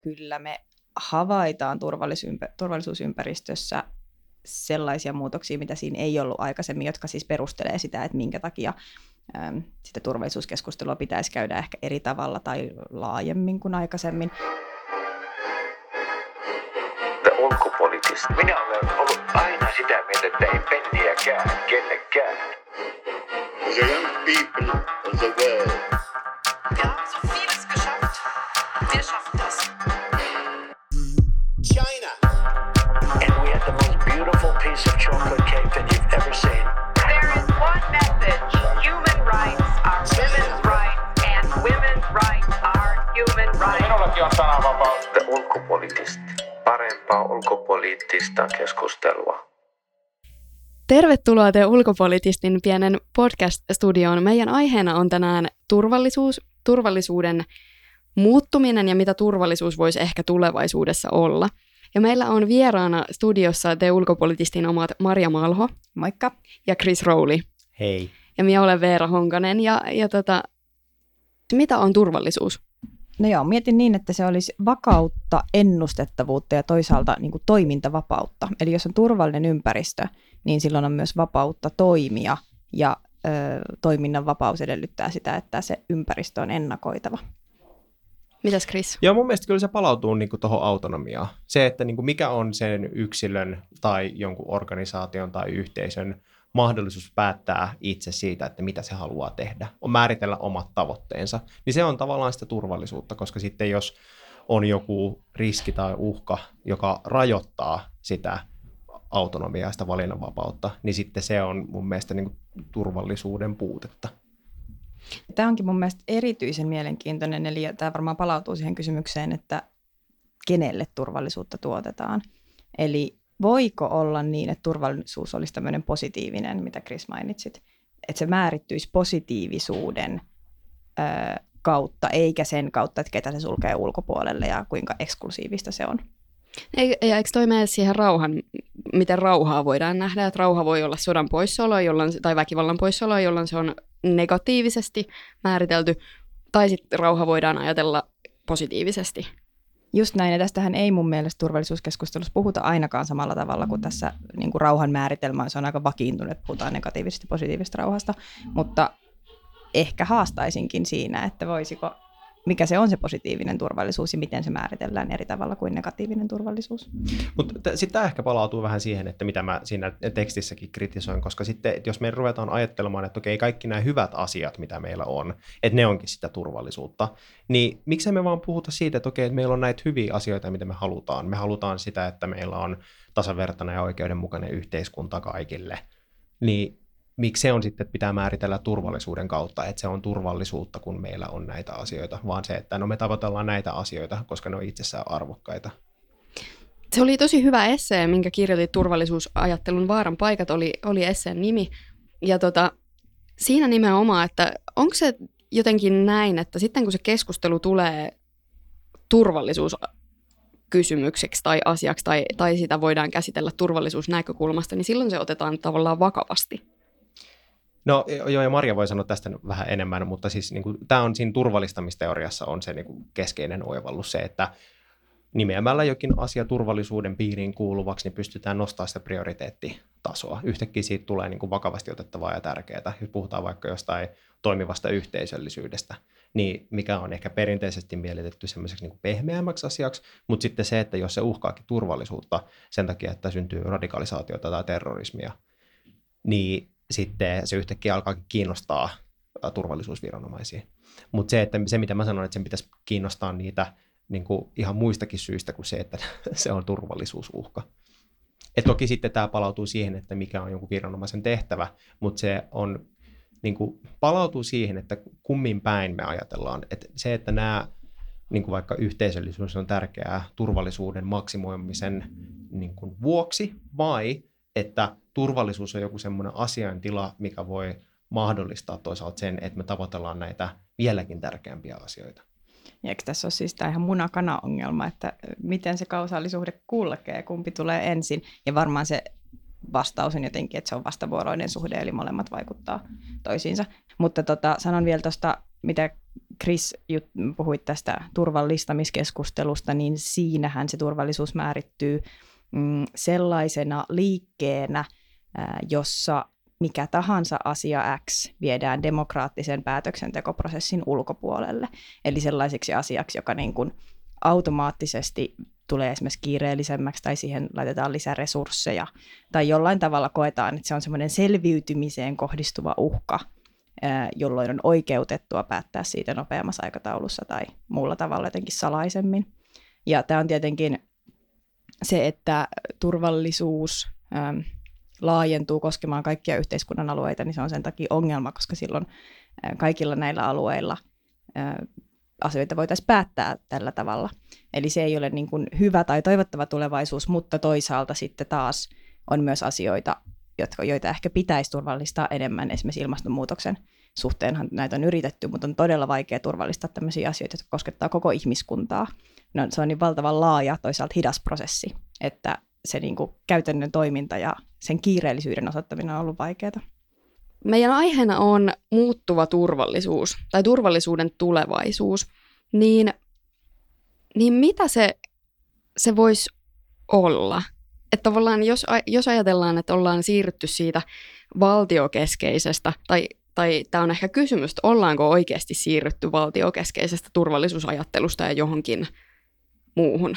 kyllä me havaitaan turvallisuusympäristössä sellaisia muutoksia, mitä siinä ei ollut aikaisemmin, jotka siis perustelee sitä, että minkä takia sitä turvallisuuskeskustelua pitäisi käydä ehkä eri tavalla tai laajemmin kuin aikaisemmin. Ulkopoliittista. Minä olen ollut aina sitä mieltä, että ei penniäkään kellekään. The young people of the world. Wir haben so vieles geschafft. Wir schaffen das. China. And we had the most beautiful piece of chocolate cake that you've ever seen. There is one message. Human rights are women's rights and women's rights are human rights. Minullakin on sananvapaus. Ulkopoliittista. Parempaa ulkopoliittista keskustelua. Tervetuloa The Ulkopoliitistin pienen podcast-studioon. Meidän aiheena on tänään turvallisuuden muuttuminen ja mitä turvallisuus voisi ehkä tulevaisuudessa olla. Ja meillä on vieraana studiossa The Ulkopolitistin omat Marja Malho. Moikka. Ja Chris Rowley. Hei. Ja minä olen Veera Honkanen. Mitä on turvallisuus? No joo, mietin niin, että se olisi vakautta, ennustettavuutta ja toisaalta niin kuin toimintavapautta. Eli jos on turvallinen ympäristö, niin silloin on myös vapautta toimia ja toiminnan vapaus edellyttää sitä, että se ympäristö on ennakoitava. Mitäs Chris? Joo, mun mielestä kyllä se palautuu niin kuin tuohon autonomiaan. Se, että niin kuin mikä on sen yksilön tai jonkun organisaation tai yhteisön mahdollisuus päättää itse siitä, että mitä se haluaa tehdä, on määritellä omat tavoitteensa, niin se on tavallaan sitä turvallisuutta, koska sitten jos on joku riski tai uhka, joka rajoittaa sitä autonomiaa ja sitä valinnanvapautta, niin sitten se on mun mielestä niin kuin turvallisuuden puutetta. Tämä onkin mun mielestä erityisen mielenkiintoinen, eli tämä varmaan palautuu siihen kysymykseen, että kenelle turvallisuutta tuotetaan. Eli voiko olla niin, että turvallisuus olisi tämmöinen positiivinen, mitä Chris mainitsit, että se määrittyisi positiivisuuden kautta, eikä sen kautta, että ketä se sulkee ulkopuolelle ja kuinka eksklusiivista se on? Ja eikö toi mene siihen miten rauhaa voidaan nähdä, että rauha voi olla sodan poissaolo tai väkivallan poissaolo, jolloin se on negatiivisesti määritelty, tai sitten rauha voidaan ajatella positiivisesti. Just näin, ja tästähän ei mun mielestä turvallisuuskeskustelussa puhuta ainakaan samalla tavalla kuin tässä niin kuin rauhan määritelmä. Se on aika vakiintunut, että puhutaan negatiivisesti positiivisesta rauhasta, mutta ehkä haastaisinkin siinä, että mikä se on se positiivinen turvallisuus ja miten se määritellään eri tavalla kuin negatiivinen turvallisuus. Mutta sitten tämä ehkä palautuu vähän siihen, että mitä mä siinä tekstissäkin kritisoin, koska sitten jos me ruvetaan ajattelemaan, että okei, kaikki nämä hyvät asiat, mitä meillä on, että ne onkin sitä turvallisuutta, niin miksei me vaan puhuta siitä, että okei, että meillä on näitä hyviä asioita, mitä me halutaan. Me halutaan sitä, että meillä on tasavertainen ja oikeudenmukainen yhteiskunta kaikille, niin miksi se on sitten, että pitää määritellä turvallisuuden kautta, että se on turvallisuutta, kun meillä on näitä asioita, vaan se, että me tavoitellaan näitä asioita, koska ne on itsessään arvokkaita. Se oli tosi hyvä essee, minkä kirjoitit turvallisuusajattelun vaaran paikat, oli esseen nimi. Ja siinä nimenomaan, että onko se jotenkin näin, että sitten kun se keskustelu tulee turvallisuuskysymykseksi tai asiaksi, tai sitä voidaan käsitellä turvallisuusnäkökulmasta, niin silloin se otetaan tavallaan vakavasti. No joo, ja Marja voi sanoa tästä vähän enemmän, mutta siis niin kuin, tämä on siinä turvallistamisteoriassa on se niin kuin keskeinen oivallus se, että nimeämällä jokin asia turvallisuuden piiriin kuuluvaksi, niin pystytään nostamaan sitä prioriteettitasoa. Yhtäkkiä siitä tulee niin kuin vakavasti otettavaa ja tärkeää. Jos puhutaan vaikka jostain toimivasta yhteisöllisyydestä, niin mikä on ehkä perinteisesti mielitetty semmoiseksi niin kuin pehmeämmäksi asiaksi, mutta sitten se, että jos se uhkaakin turvallisuutta sen takia, että syntyy radikalisaatiota tai terrorismia, niin sitten se yhtäkkiä alkaakin kiinnostaa turvallisuusviranomaisia. Mutta se, mitä mä sanon, että sen pitäisi kiinnostaa niitä niin kuin ihan muistakin syistä kuin se, että se on turvallisuusuhka. Et toki sitten tämä palautuu siihen, että mikä on jonkun viranomaisen tehtävä, mutta se on, niin kuin, palautuu siihen, että kummin päin me ajatellaan. Että se, että nämä, niin kuin vaikka yhteisöllisyys on tärkeää turvallisuuden maksimoimisen niin kuin vuoksi, vai että turvallisuus on joku semmoinen asiaintila, mikä voi mahdollistaa toisaalta sen, että me tavoitellaan näitä vieläkin tärkeämpiä asioita. Ja eikö tässä ole siis tämä ihan muna-kana-ongelma, että miten se kausaalisuhde kulkee, kumpi tulee ensin. Ja varmaan se vastaus on jotenkin, että se on vastavuoroinen suhde, eli molemmat vaikuttaa toisiinsa. Mutta sanon vielä tuosta, mitä Chris, puhuit tästä turvallistamiskeskustelusta, niin siinähän se turvallisuus määrittyy sellaisena liikkeenä, jossa mikä tahansa asia X viedään demokraattisen päätöksentekoprosessin ulkopuolelle. Eli sellaiseksi asiaksi, joka niin kuin automaattisesti tulee esimerkiksi kiireellisemmäksi tai siihen laitetaan lisää resursseja. Tai jollain tavalla koetaan, että se on semmoinen selviytymiseen kohdistuva uhka, jolloin on oikeutettua päättää siitä nopeammassa aikataulussa tai muulla tavalla jotenkin salaisemmin. Ja tämä on tietenkin se, että turvallisuus laajentuu koskemaan kaikkia yhteiskunnan alueita, niin se on sen takia ongelma, koska silloin kaikilla näillä alueilla asioita voitaisiin päättää tällä tavalla. Eli se ei ole niin kuin hyvä tai toivottava tulevaisuus, mutta toisaalta sitten taas on myös asioita, joita ehkä pitäisi turvallistaa enemmän. Esimerkiksi ilmastonmuutoksen suhteenhan näitä on yritetty, mutta on todella vaikea turvallistaa tämmöisiä asioita, jotka koskettaa koko ihmiskuntaa. No, se on niin valtavan laaja, toisaalta hidas prosessi, että se niin kuin käytännön toiminta ja sen kiireellisyyden osoittaminen on ollut vaikeaa. Meidän aiheena on muuttuva turvallisuus tai turvallisuuden tulevaisuus. Niin mitä se voisi olla? Että tavallaan jos ajatellaan, että ollaan siirrytty siitä valtiokeskeisestä, tai tämä on ehkä kysymys, että ollaanko oikeasti siirrytty valtiokeskeisestä turvallisuusajattelusta ja johonkin muuhun?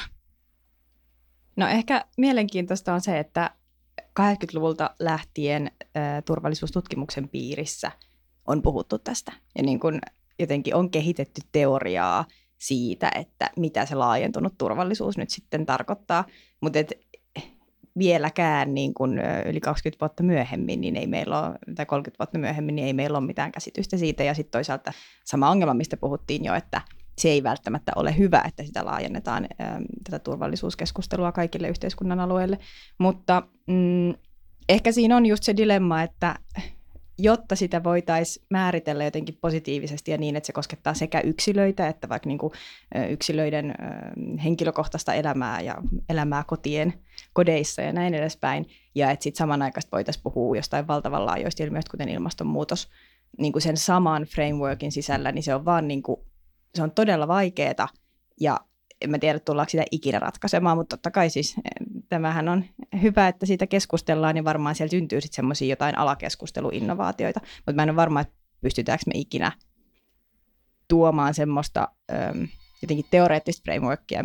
No ehkä mielenkiintoista on se, että 80-luvulta lähtien turvallisuustutkimuksen piirissä on puhuttu tästä. Ja niin kuin jotenkin on kehitetty teoriaa siitä, että mitä se laajentunut turvallisuus nyt sitten tarkoittaa. Mutta vieläkään niin kuin yli 20 vuotta myöhemmin, niin ei meillä ole, tai 30 vuotta myöhemmin, niin ei meillä ole mitään käsitystä siitä. Ja sitten toisaalta sama ongelma, mistä puhuttiin jo, että se ei välttämättä ole hyvä, että sitä laajennetaan, tätä turvallisuuskeskustelua kaikille yhteiskunnan alueille. Mutta ehkä siinä on just se dilemma, että jotta sitä voitaisiin määritellä jotenkin positiivisesti ja niin, että se koskettaa sekä yksilöitä, että vaikka niin kuin yksilöiden henkilökohtaista elämää ja elämää kodeissa ja näin edespäin, ja että sitten samanaikaisesti voitaisiin puhua jostain valtavan laajoista ilmiöistä, kuten ilmastonmuutos, niin kuin sen saman frameworkin sisällä, niin se on vaan niin kuin, se on todella vaikeaa, ja en mä tiedä, tullaanko sitä ikinä ratkaisemaan, mutta totta kai siis tämähän on hyvä, että siitä keskustellaan, niin varmaan siellä syntyy sitten semmoisia jotain alakeskusteluinnovaatioita, mutta mä en ole varma, että pystytäänkö me ikinä tuomaan semmoista jotenkin teoreettista frameworkia,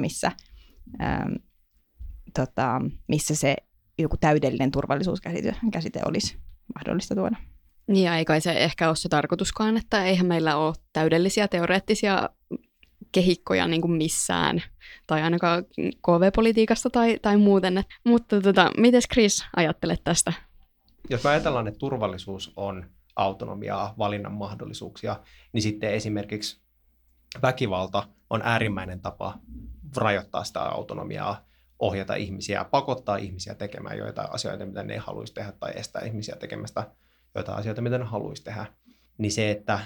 missä se joku täydellinen turvallisuuskäsite olisi mahdollista tuoda. Niin ja ei kai se ehkä ole se tarkoituskaan, että eihän meillä ole täydellisiä teoreettisia kehikkoja niin kuin missään, tai ainakaan KV-politiikasta tai muuten. Mutta mites Chris ajattelet tästä? Jos me ajatellaan, että turvallisuus on autonomiaa, valinnan mahdollisuuksia, niin sitten esimerkiksi väkivalta on äärimmäinen tapa rajoittaa sitä autonomiaa, ohjata ihmisiä, pakottaa ihmisiä tekemään joitain asioita, mitä ne ei haluaisi tehdä, tai estää ihmisiä tekemästä joitain asioita, mitä ne haluaisi tehdä. Niin se, että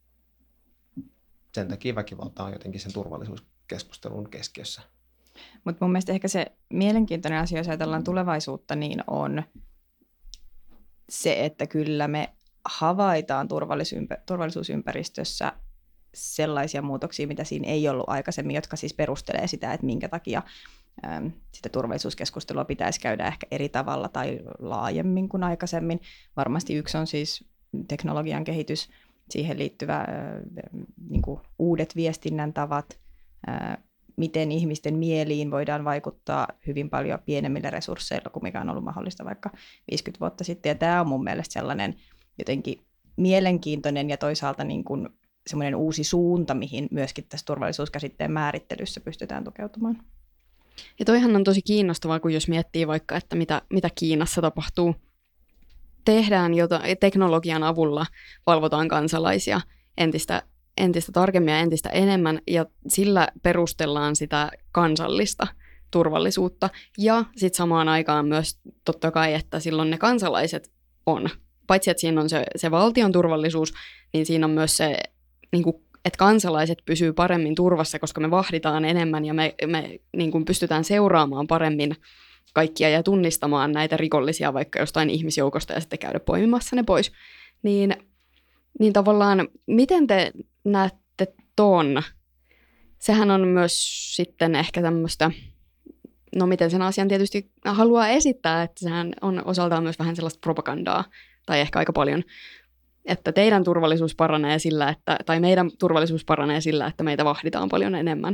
sen takia väkivalta on jotenkin sen turvallisuuskeskustelun keskiössä. Mutta mun mielestä ehkä se mielenkiintoinen asia, jos ajatellaan tulevaisuutta, niin on se, että kyllä me havaitaan turvallisuusympäristössä sellaisia muutoksia, mitä siinä ei ollut aikaisemmin, jotka siis perustelee sitä, että minkä takia sitä turvallisuuskeskustelua pitäisi käydä ehkä eri tavalla tai laajemmin kuin aikaisemmin. Varmasti yksi on siis teknologian kehitys, siihen liittyvä niin kuin uudet viestinnän tavat, miten ihmisten mieliin voidaan vaikuttaa hyvin paljon pienemmillä resursseilla kuin mikä on ollut mahdollista vaikka 50 vuotta sitten. Ja tämä on mun mielestä sellainen jotenkin mielenkiintoinen ja toisaalta niin kuin semmoinen uusi suunta, mihin myöskin tässä turvallisuuskäsitteen määrittelyssä pystytään tukeutumaan. Ja toihan on tosi kiinnostavaa, kun jos miettii vaikka, että mitä Kiinassa tapahtuu. Tehdään teknologian avulla, valvotaan kansalaisia entistä tarkemmin ja entistä enemmän, ja sillä perustellaan sitä kansallista turvallisuutta. Ja sitten samaan aikaan myös totta kai, että silloin ne kansalaiset on, paitsi että siinä on se valtion turvallisuus, niin siinä on myös se, niin kuin, että kansalaiset pysyy paremmin turvassa, koska me vahditaan enemmän ja me niin kuin pystytään seuraamaan paremmin kaikkia ja tunnistamaan näitä rikollisia vaikka jostain ihmisjoukosta ja sitten käydä poimimassa ne pois. Niin tavallaan, miten te näette ton. Sehän on myös sitten ehkä tämmöistä, no miten sen asian tietysti haluaa esittää, että sehän on osaltaan myös vähän sellaista propagandaa, tai ehkä aika paljon, että teidän turvallisuus paranee sillä, tai meidän turvallisuus paranee sillä, että meitä vahditaan paljon enemmän.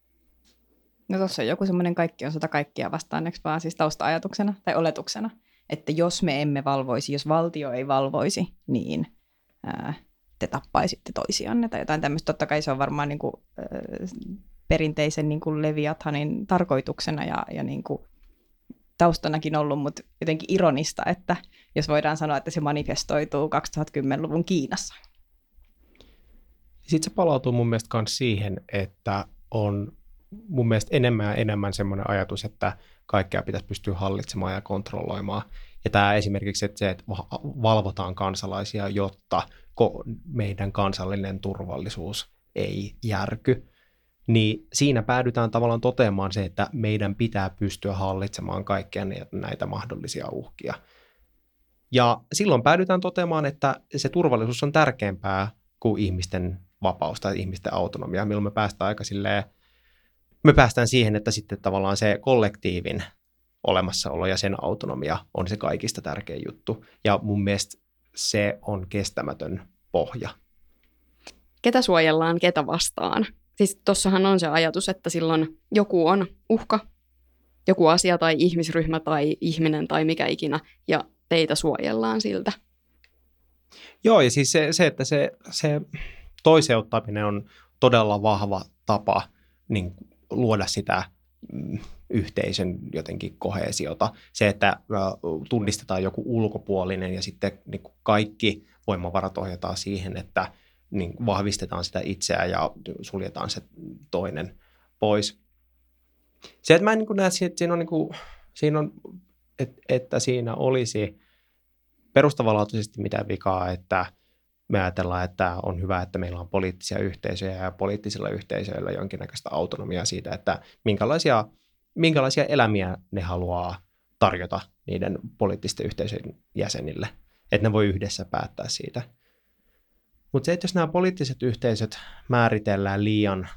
No tuossa on joku semmoinen kaikki on sota kaikkia vastaan, eikö vaan siis tausta-ajatuksena tai oletuksena, että jos me emme valvoisi, jos valtio ei valvoisi, niin te tappaisitte toisianne tai jotain tämmöistä. Totta kai se on varmaan niin kuin, perinteisen niin kuin Leviathanin tarkoituksena ja niin kuin taustanakin ollut, mutta jotenkin ironista, että jos voidaan sanoa, että se manifestoituu 2010-luvun Kiinassa. Sitten se palautuu mun mielestä myös siihen, että on mun mielestä enemmän ja enemmän semmoinen ajatus, että kaikkea pitäisi pystyä hallitsemaan ja kontrolloimaan. Ja tämä esimerkiksi, että se, että valvotaan kansalaisia, jotta meidän kansallinen turvallisuus ei järky, niin siinä päädytään tavallaan toteamaan se, että meidän pitää pystyä hallitsemaan kaikkia näitä mahdollisia uhkia. Ja silloin päädytään toteamaan, että se turvallisuus on tärkeämpää kuin ihmisten vapaus tai ihmisten autonomia, milloin me päästään aika silleen, me päästään siihen, että sitten tavallaan se kollektiivin olemassaolo ja sen autonomia on se kaikista tärkein juttu. Ja mun mielestä se on kestämätön pohja. Ketä suojellaan, ketä vastaan? Siis tossahan on se ajatus, että silloin joku on uhka, joku asia tai ihmisryhmä tai ihminen tai mikä ikinä, ja teitä suojellaan siltä. Joo, ja siis se että se toiseuttaminen on todella vahva tapa niin luoda sitä yhteisön jotenkin koheesiota. Se, että tunnistetaan joku ulkopuolinen ja sitten niin kaikki voimavarat ohjataan siihen, että niin vahvistetaan sitä itseä ja suljetaan se toinen pois. Se, että mä en näe, että siinä olisi perustavanlaatuisesti mitään vikaa, että me ajatellaan, että on hyvä, että meillä on poliittisia yhteisöjä ja poliittisilla yhteisöillä jonkinnäköistä autonomiaa siitä, että minkälaisia elämiä ne haluaa tarjota niiden poliittisten yhteisöjen jäsenille, että ne voi yhdessä päättää siitä. Mutta se, että jos nämä poliittiset yhteisöt määritellään liian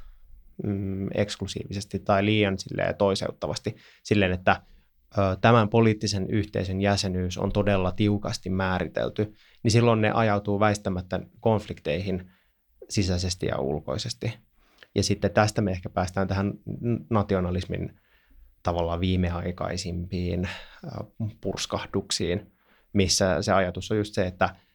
eksklusiivisesti tai liian toiseuttavasti silleen, että tämän poliittisen yhteisön jäsenyys on todella tiukasti määritelty, niin silloin ne ajautuu väistämättä konflikteihin sisäisesti ja ulkoisesti. Ja sitten tästä me ehkä päästään tähän nationalismin tavallaan viimeaikaisimpiin purskahduksiin, missä se ajatus on just se,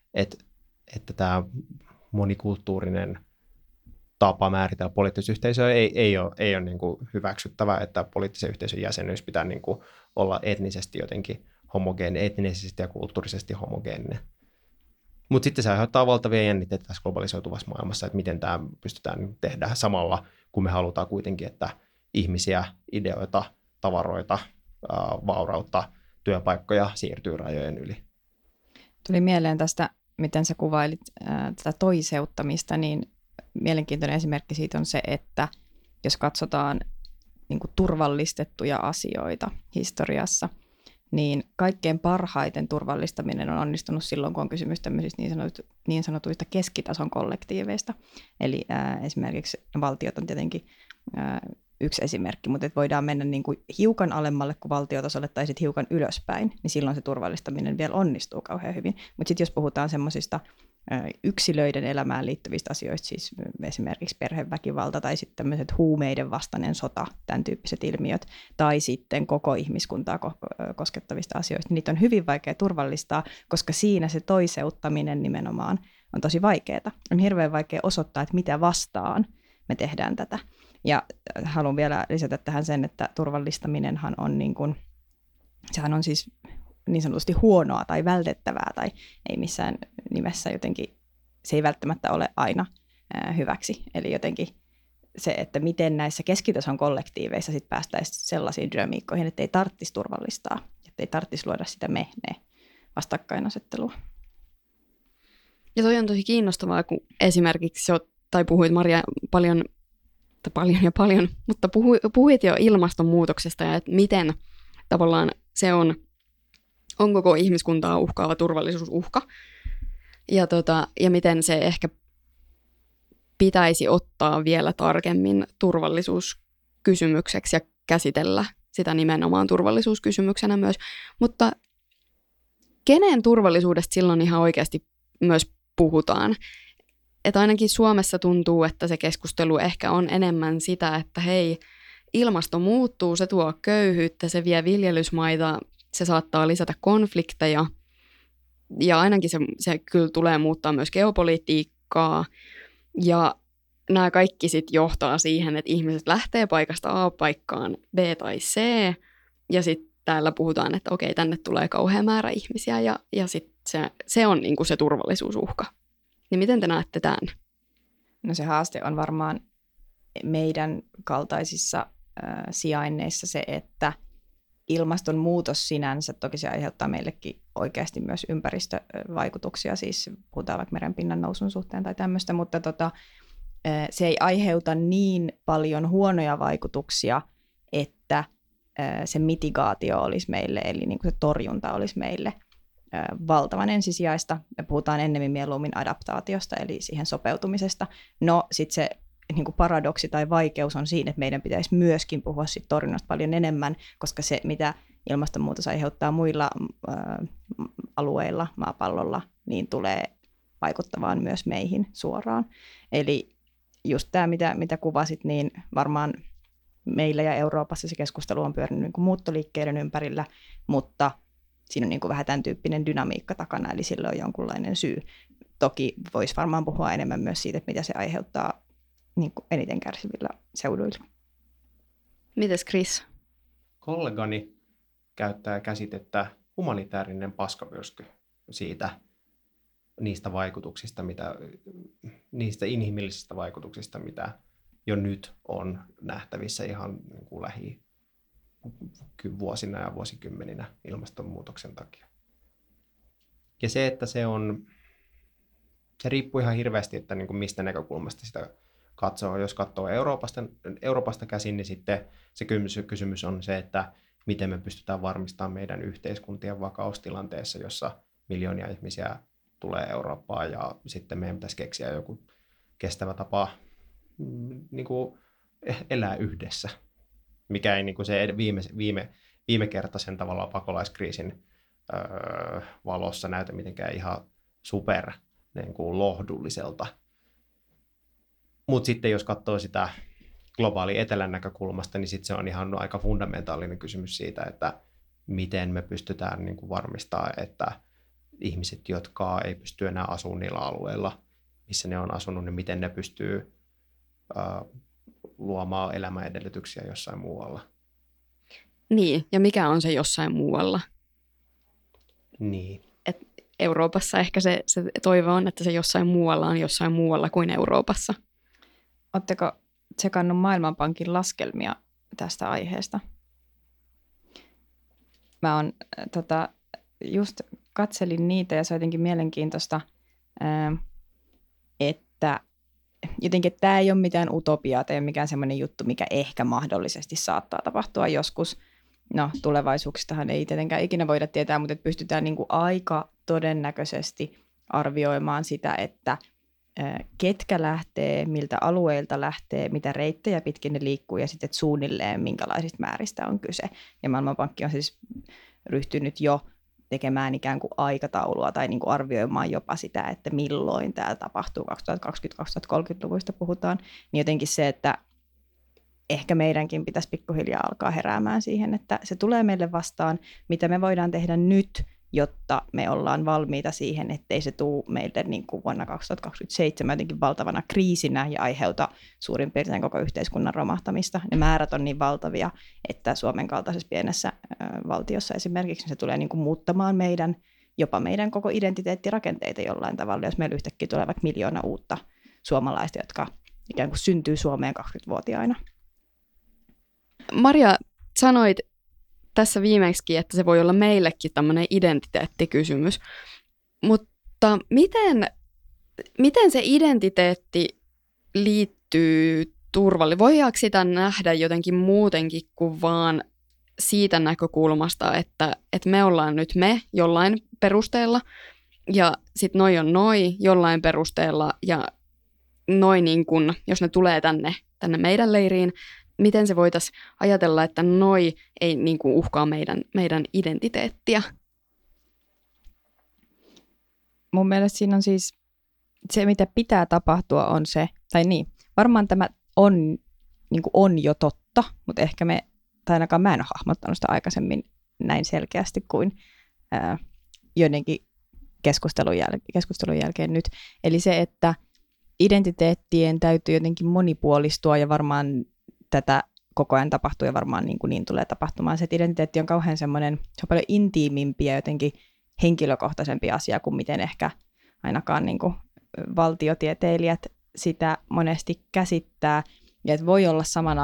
että tämä monikulttuurinen tapa määritellä poliittista yhteisöä ei ole niin kuin hyväksyttävä, että poliittisen yhteisön jäsenyys pitää niin kuin olla etnisesti jotenkin homogeeninen, etnisesti ja kulttuurisesti homogeeninen. Mutta sitten se aiheuttaa valtavia jännitteitä tässä globalisoituvassa maailmassa, että miten tämä pystytään tehdä samalla, kun me halutaan kuitenkin, että ihmisiä, ideoita, tavaroita, vaurautta, työpaikkoja siirtyy rajojen yli. Tuli mieleen tästä, miten sä kuvailit tätä toiseuttamista, niin mielenkiintoinen esimerkki siitä on se, että jos katsotaan niin kuin turvallistettuja asioita historiassa, niin kaikkein parhaiten turvallistaminen on onnistunut silloin, kun on kysymys tämmöisistä niin sanotuista keskitason kollektiiveista. Eli esimerkiksi valtiot on tietenkin yksi esimerkki, mutta että voidaan mennä niin kuin hiukan alemmalle kuin valtiotasolle tai sitten hiukan ylöspäin, niin silloin se turvallistaminen vielä onnistuu kauhean hyvin. Mutta sitten jos puhutaan semmoisista yksilöiden elämään liittyvistä asioista, siis esimerkiksi perheväkivalta tai sitten tämmöiset huumeiden vastainen sota, tämän tyyppiset ilmiöt, tai sitten koko ihmiskuntaa koskettavista asioista, niin niitä on hyvin vaikea turvallistaa, koska siinä se toiseuttaminen nimenomaan on tosi vaikeaa. On hirveän vaikea osoittaa, että mitä vastaan me tehdään tätä. Ja haluan vielä lisätä tähän sen, että turvallistaminenhan on niin kuin, sehän on siis niin sanotusti huonoa tai vältettävää tai ei missään nimessä jotenkin, se ei välttämättä ole aina hyväksi. Eli jotenkin se, että miten näissä keskitason kollektiiveissa sit päästäisiin sellaisiin dynamiikkoihin, että ei tarvitsisi turvallistaa, että ei tarvitsisi luoda sitä vastakkainasettelua. Ja toi on tosi kiinnostavaa, kun esimerkiksi puhuit Maria paljon, mutta puhuit jo ilmastonmuutoksesta ja että miten tavallaan se on koko ihmiskuntaa uhkaava turvallisuusuhka. Ja miten se ehkä pitäisi ottaa vielä tarkemmin turvallisuuskysymykseksi ja käsitellä sitä nimenomaan turvallisuuskysymyksenä myös. Mutta kenen turvallisuudesta silloin ihan oikeasti myös puhutaan? Että ainakin Suomessa tuntuu, että se keskustelu ehkä on enemmän sitä, että hei, ilmasto muuttuu, se tuo köyhyyttä, se vie viljelysmaita, se saattaa lisätä konflikteja ja ainakin se kyllä tulee muuttaa myös geopolitiikkaa ja nämä kaikki sitten johtaa siihen, että ihmiset lähtee paikasta A paikkaan B tai C ja sitten täällä puhutaan, että okei, tänne tulee kauhea määrä ihmisiä ja sitten se on niinku se turvallisuusuhka. Niin miten te näette tämän? No se haaste on varmaan meidän kaltaisissa sijainneissa se, että ilmastonmuutos sinänsä, toki se aiheuttaa meillekin oikeasti myös ympäristövaikutuksia, siis puhutaan vaikka merenpinnan nousun suhteen tai tämmöistä, mutta se ei aiheuta niin paljon huonoja vaikutuksia, että se mitigaatio olisi meille, eli niin kuin se torjunta olisi meille valtavan ensisijaista. Me puhutaan ennemmin mieluummin adaptaatiosta, eli siihen sopeutumisesta. No sitten se niin kuin paradoksi tai vaikeus on siinä, että meidän pitäisi myöskin puhua siitä torjunnasta paljon enemmän, koska se, mitä ilmastonmuutos aiheuttaa muilla alueilla maapallolla, niin tulee vaikuttavaan myös meihin suoraan. Eli just tämä, mitä kuvasit, niin varmaan meillä ja Euroopassa se keskustelu on pyörinyt niin kuin muuttoliikkeiden ympärillä, mutta siinä on niin kuin vähän tämän tyyppinen dynamiikka takana, eli sillä on jonkunlainen syy. Toki voisi varmaan puhua enemmän myös siitä, että mitä se aiheuttaa niin kuin eniten kärsivillä seuduilla. Mites Chris? Kollegani käyttää käsitettä humanitaarinen paskamyrsky niistä vaikutuksista, niistä inhimillisistä vaikutuksista, mitä jo nyt on nähtävissä ihan niin kuin lähivuosina ja vuosikymmeninä ilmastonmuutoksen takia. Ja se, että se riippuu ihan hirveästi, että niin kuin mistä näkökulmasta sitä katsoo. Jos katsoo Euroopasta käsin, niin sitten se kysymys on se, että miten me pystytään varmistamaan meidän yhteiskuntien vakaustilanteessa, jossa miljoonia ihmisiä tulee Eurooppaan ja sitten meidän pitäisi keksiä joku kestävä tapa niin kuin elää yhdessä, mikä ei niin kuin se viime kertaisen tavallaan pakolaiskriisin valossa näytä mitenkään ihan super niin kuin lohdulliselta. Mutta sitten jos katsoo sitä globaali etelän näkökulmasta, niin sitten se on ihan aika fundamentaalinen kysymys siitä, että miten me pystytään niin kuin varmistamaan, että ihmiset, jotka ei pysty enää asumaan niillä alueilla, missä ne on asunut, niin miten ne pystyy luomaan elämänedellytyksiä jossain muualla. Niin, ja mikä on se jossain muualla? Niin. Et Euroopassa ehkä se toive on, että se jossain muualla on jossain muualla kuin Euroopassa. Oletteko tsekannut Maailmanpankin laskelmia tästä aiheesta? Mä just katselin niitä ja se on jotenkin mielenkiintoista, että jotenkin tämä ei ole mitään utopiaa tai mikään semmoinen juttu, mikä ehkä mahdollisesti saattaa tapahtua joskus. No, tulevaisuuksistahan ei tietenkään ikinä voida tietää, mutta pystytään niin kuin aika todennäköisesti arvioimaan sitä, että ketkä lähtee, miltä alueilta lähtee, mitä reittejä pitkin ne liikkuu ja sitten suunnilleen minkälaisista määristä on kyse. Ja Maailmanpankki on siis ryhtynyt jo tekemään ikään kuin aikataulua tai niin kuin arvioimaan jopa sitä, että milloin tämä tapahtuu, 2020-2030-luvuista puhutaan, niin jotenkin se, että ehkä meidänkin pitäisi pikkuhiljaa alkaa heräämään siihen, että se tulee meille vastaan, mitä me voidaan tehdä nyt, jotta me ollaan valmiita siihen, ettei se tule meille niin kuin vuonna 2027 jotenkin valtavana kriisinä ja aiheuta suurin piirtein koko yhteiskunnan romahtamista. Ne määrät on niin valtavia, että Suomen kaltaisessa pienessä valtiossa esimerkiksi se tulee niin kuin muuttamaan jopa meidän koko identiteettirakenteita jollain tavalla, jos meillä yhtäkkiä tulee vaikka 1 miljoona uutta suomalaista, jotka ikään kuin syntyy Suomeen 20-vuotiaina. Maria, sanoit tässä viimeksi, että se voi olla meillekin tämmöinen identiteettikysymys, mutta miten se identiteetti liittyy voidaanko sitä nähdä jotenkin muutenkin kuin vaan siitä näkökulmasta, että me ollaan nyt me jollain perusteella ja sitten noi on noi jollain perusteella ja noin niin kuin, jos ne tulee tänne meidän leiriin, miten se voitaisiin ajatella, että noi ei niin kuin uhkaa meidän identiteettiä? Mun mielestä siinä on siis se, mitä pitää tapahtua, on se, tai niin, varmaan tämä on, niin kuin on jo totta, mutta ehkä tai ainakaan mä en ole hahmottanut sitä aikaisemmin näin selkeästi kuin joidenkin keskustelun jälkeen nyt. Eli se, että identiteettien täytyy jotenkin monipuolistua ja varmaan tätä koko ajan tapahtuu ja varmaan niin tulee tapahtumaan. Se, että identiteetti on kauhean semmoinen, se on paljon intiimimpi ja jotenkin henkilökohtaisempi asia kuin miten ehkä ainakaan niin kuin valtiotieteilijät sitä monesti käsittää. Ja että voi olla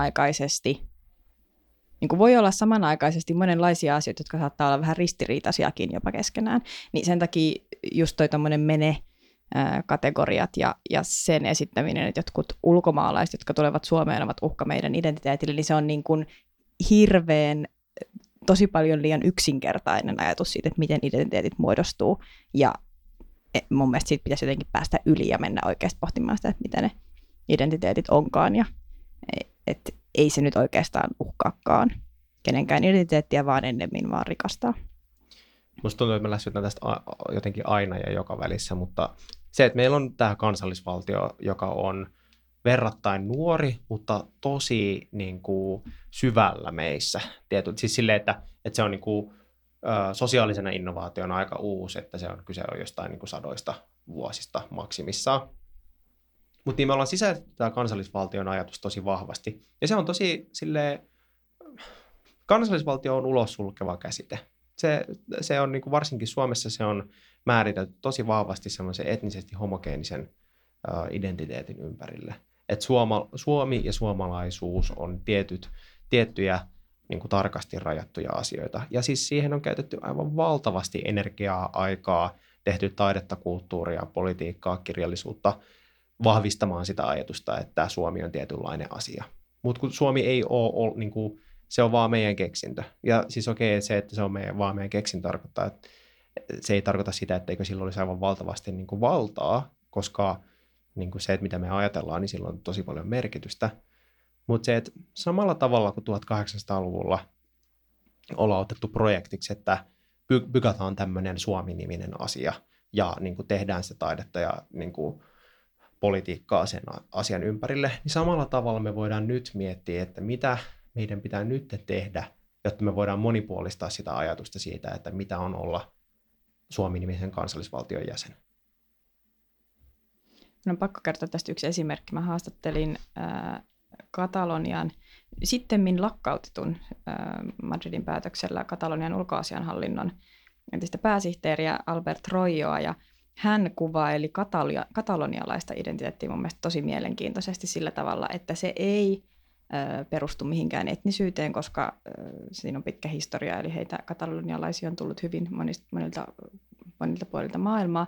samanaikaisesti monenlaisia asioita, jotka saattaa olla vähän ristiriitaisiakin jopa keskenään. Niin sen takia just toi tommoinen kategoriat ja sen esittäminen, että jotkut ulkomaalaiset, jotka tulevat Suomeen, ovat uhka meidän identiteetille, niin se on niin kuin hirveän, tosi paljon liian yksinkertainen ajatus siitä, että miten identiteetit muodostuu. Ja mun mielestä siitä pitäisi jotenkin päästä yli ja mennä oikeasti pohtimaan sitä, että mitä ne identiteetit onkaan. Ja että ei se nyt oikeastaan uhkaakaan kenenkään identiteettiä, vaan ennemmin vaan rikastaa. Musta tuntuu, että me lähestytään tästä jotenkin aina ja joka välissä, mutta se, että meillä on tämä kansallisvaltio, joka on verrattain nuori, mutta tosi niin kuin, syvällä meissä. Siis silleen, että se on niin kuin, sosiaalisena innovaationa aika uusi, että kyse on jostain niin kuin sadoista vuosista maksimissaan. Mutta niin me ollaan sisältetty tämä kansallisvaltion ajatus tosi vahvasti. Ja se on tosi silleen, kansallisvaltio on ulos sulkeva käsite. Se on niin kuin varsinkin Suomessa se on määritelty tosi vahvasti semmoisen etnisesti homogeenisen identiteetin ympärille. Että Suomi ja suomalaisuus on tiettyjä niin kuin tarkasti rajattuja asioita. Ja siis siihen on käytetty aivan valtavasti energiaa, aikaa, tehty taidetta, kulttuuria, politiikkaa, kirjallisuutta vahvistamaan sitä ajatusta, että Suomi on tietynlainen asia. Mutta kun Suomi ei ole niin kuin, se on vaan meidän keksintö. Ja siis se, että se on vaan meidän keksintö tarkoittaa, että se ei tarkoita sitä, etteikö sillä olisi aivan valtavasti niin kuin valtaa, koska niin kuin se, että mitä me ajatellaan, niin sillä on tosi paljon merkitystä. Mutta se, että samalla tavalla kuin 1800-luvulla ollaan otettu projektiksi, että pykätään tämmöinen Suomi-niminen asia ja niin kuin tehdään sitä taidetta ja niin kuin politiikkaa sen asian ympärille, niin samalla tavalla me voidaan nyt miettiä, että mitä meidän pitää nyt tehdä, jotta me voidaan monipuolistaa sitä ajatusta siitä, että mitä on olla Suomi-nimisen kansallisvaltion jäsen. No, on pakko kertoa tästä yksi esimerkki. Mä haastattelin Katalonian, sittemmin lakkautetun Madridin päätöksellä Katalonian ulkoasianhallinnon entistä pääsihteeriä Albert Royoa, ja hän kuvaili katalonialaista identiteettiä mun mielestä tosi mielenkiintoisesti sillä tavalla, että se ei perustu mihinkään etnisyyteen, koska siinä on pitkä historia, eli heitä katalonialaisia on tullut hyvin monilta puolilta maailmaa.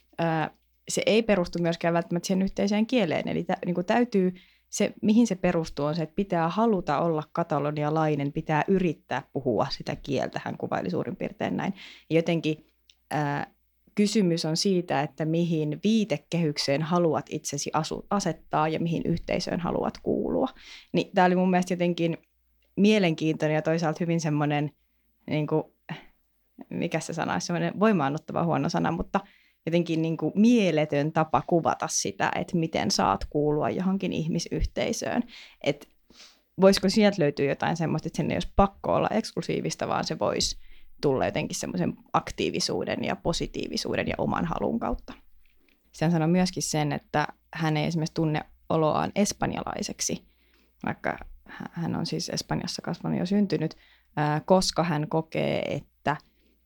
Se ei perustu myöskään välttämättä siihen yhteiseen kieleen, eli niin kuin täytyy, se, mihin se perustuu, on se, että pitää haluta olla katalonialainen, pitää yrittää puhua sitä kieltä, hän kuvaili suurin piirtein näin. Ja jotenkin kysymys on siitä, että mihin viitekehykseen haluat itsesi asettaa ja mihin yhteisöön haluat kuulua. Niin tämä oli mun mielestä jotenkin mielenkiintoinen ja toisaalta hyvin semmoinen, niin kuin, mikä se sana olisi, semmoinen voimaannuttava huono sana, mutta jotenkin niin kuin mieletön tapa kuvata sitä, että miten saat kuulua johonkin ihmisyhteisöön. Että voisiko sieltä löytyä jotain semmoista, että sen ei olisi pakko olla eksklusiivista, vaan se voisi tulla jotenkin semmoisen aktiivisuuden ja positiivisuuden ja oman halun kautta. Sitten hän sanoi myöskin sen, että hän ei esimerkiksi tunne oloaan espanjalaiseksi, vaikka hän on siis Espanjassa kasvanut ja syntynyt, koska hän kokee, että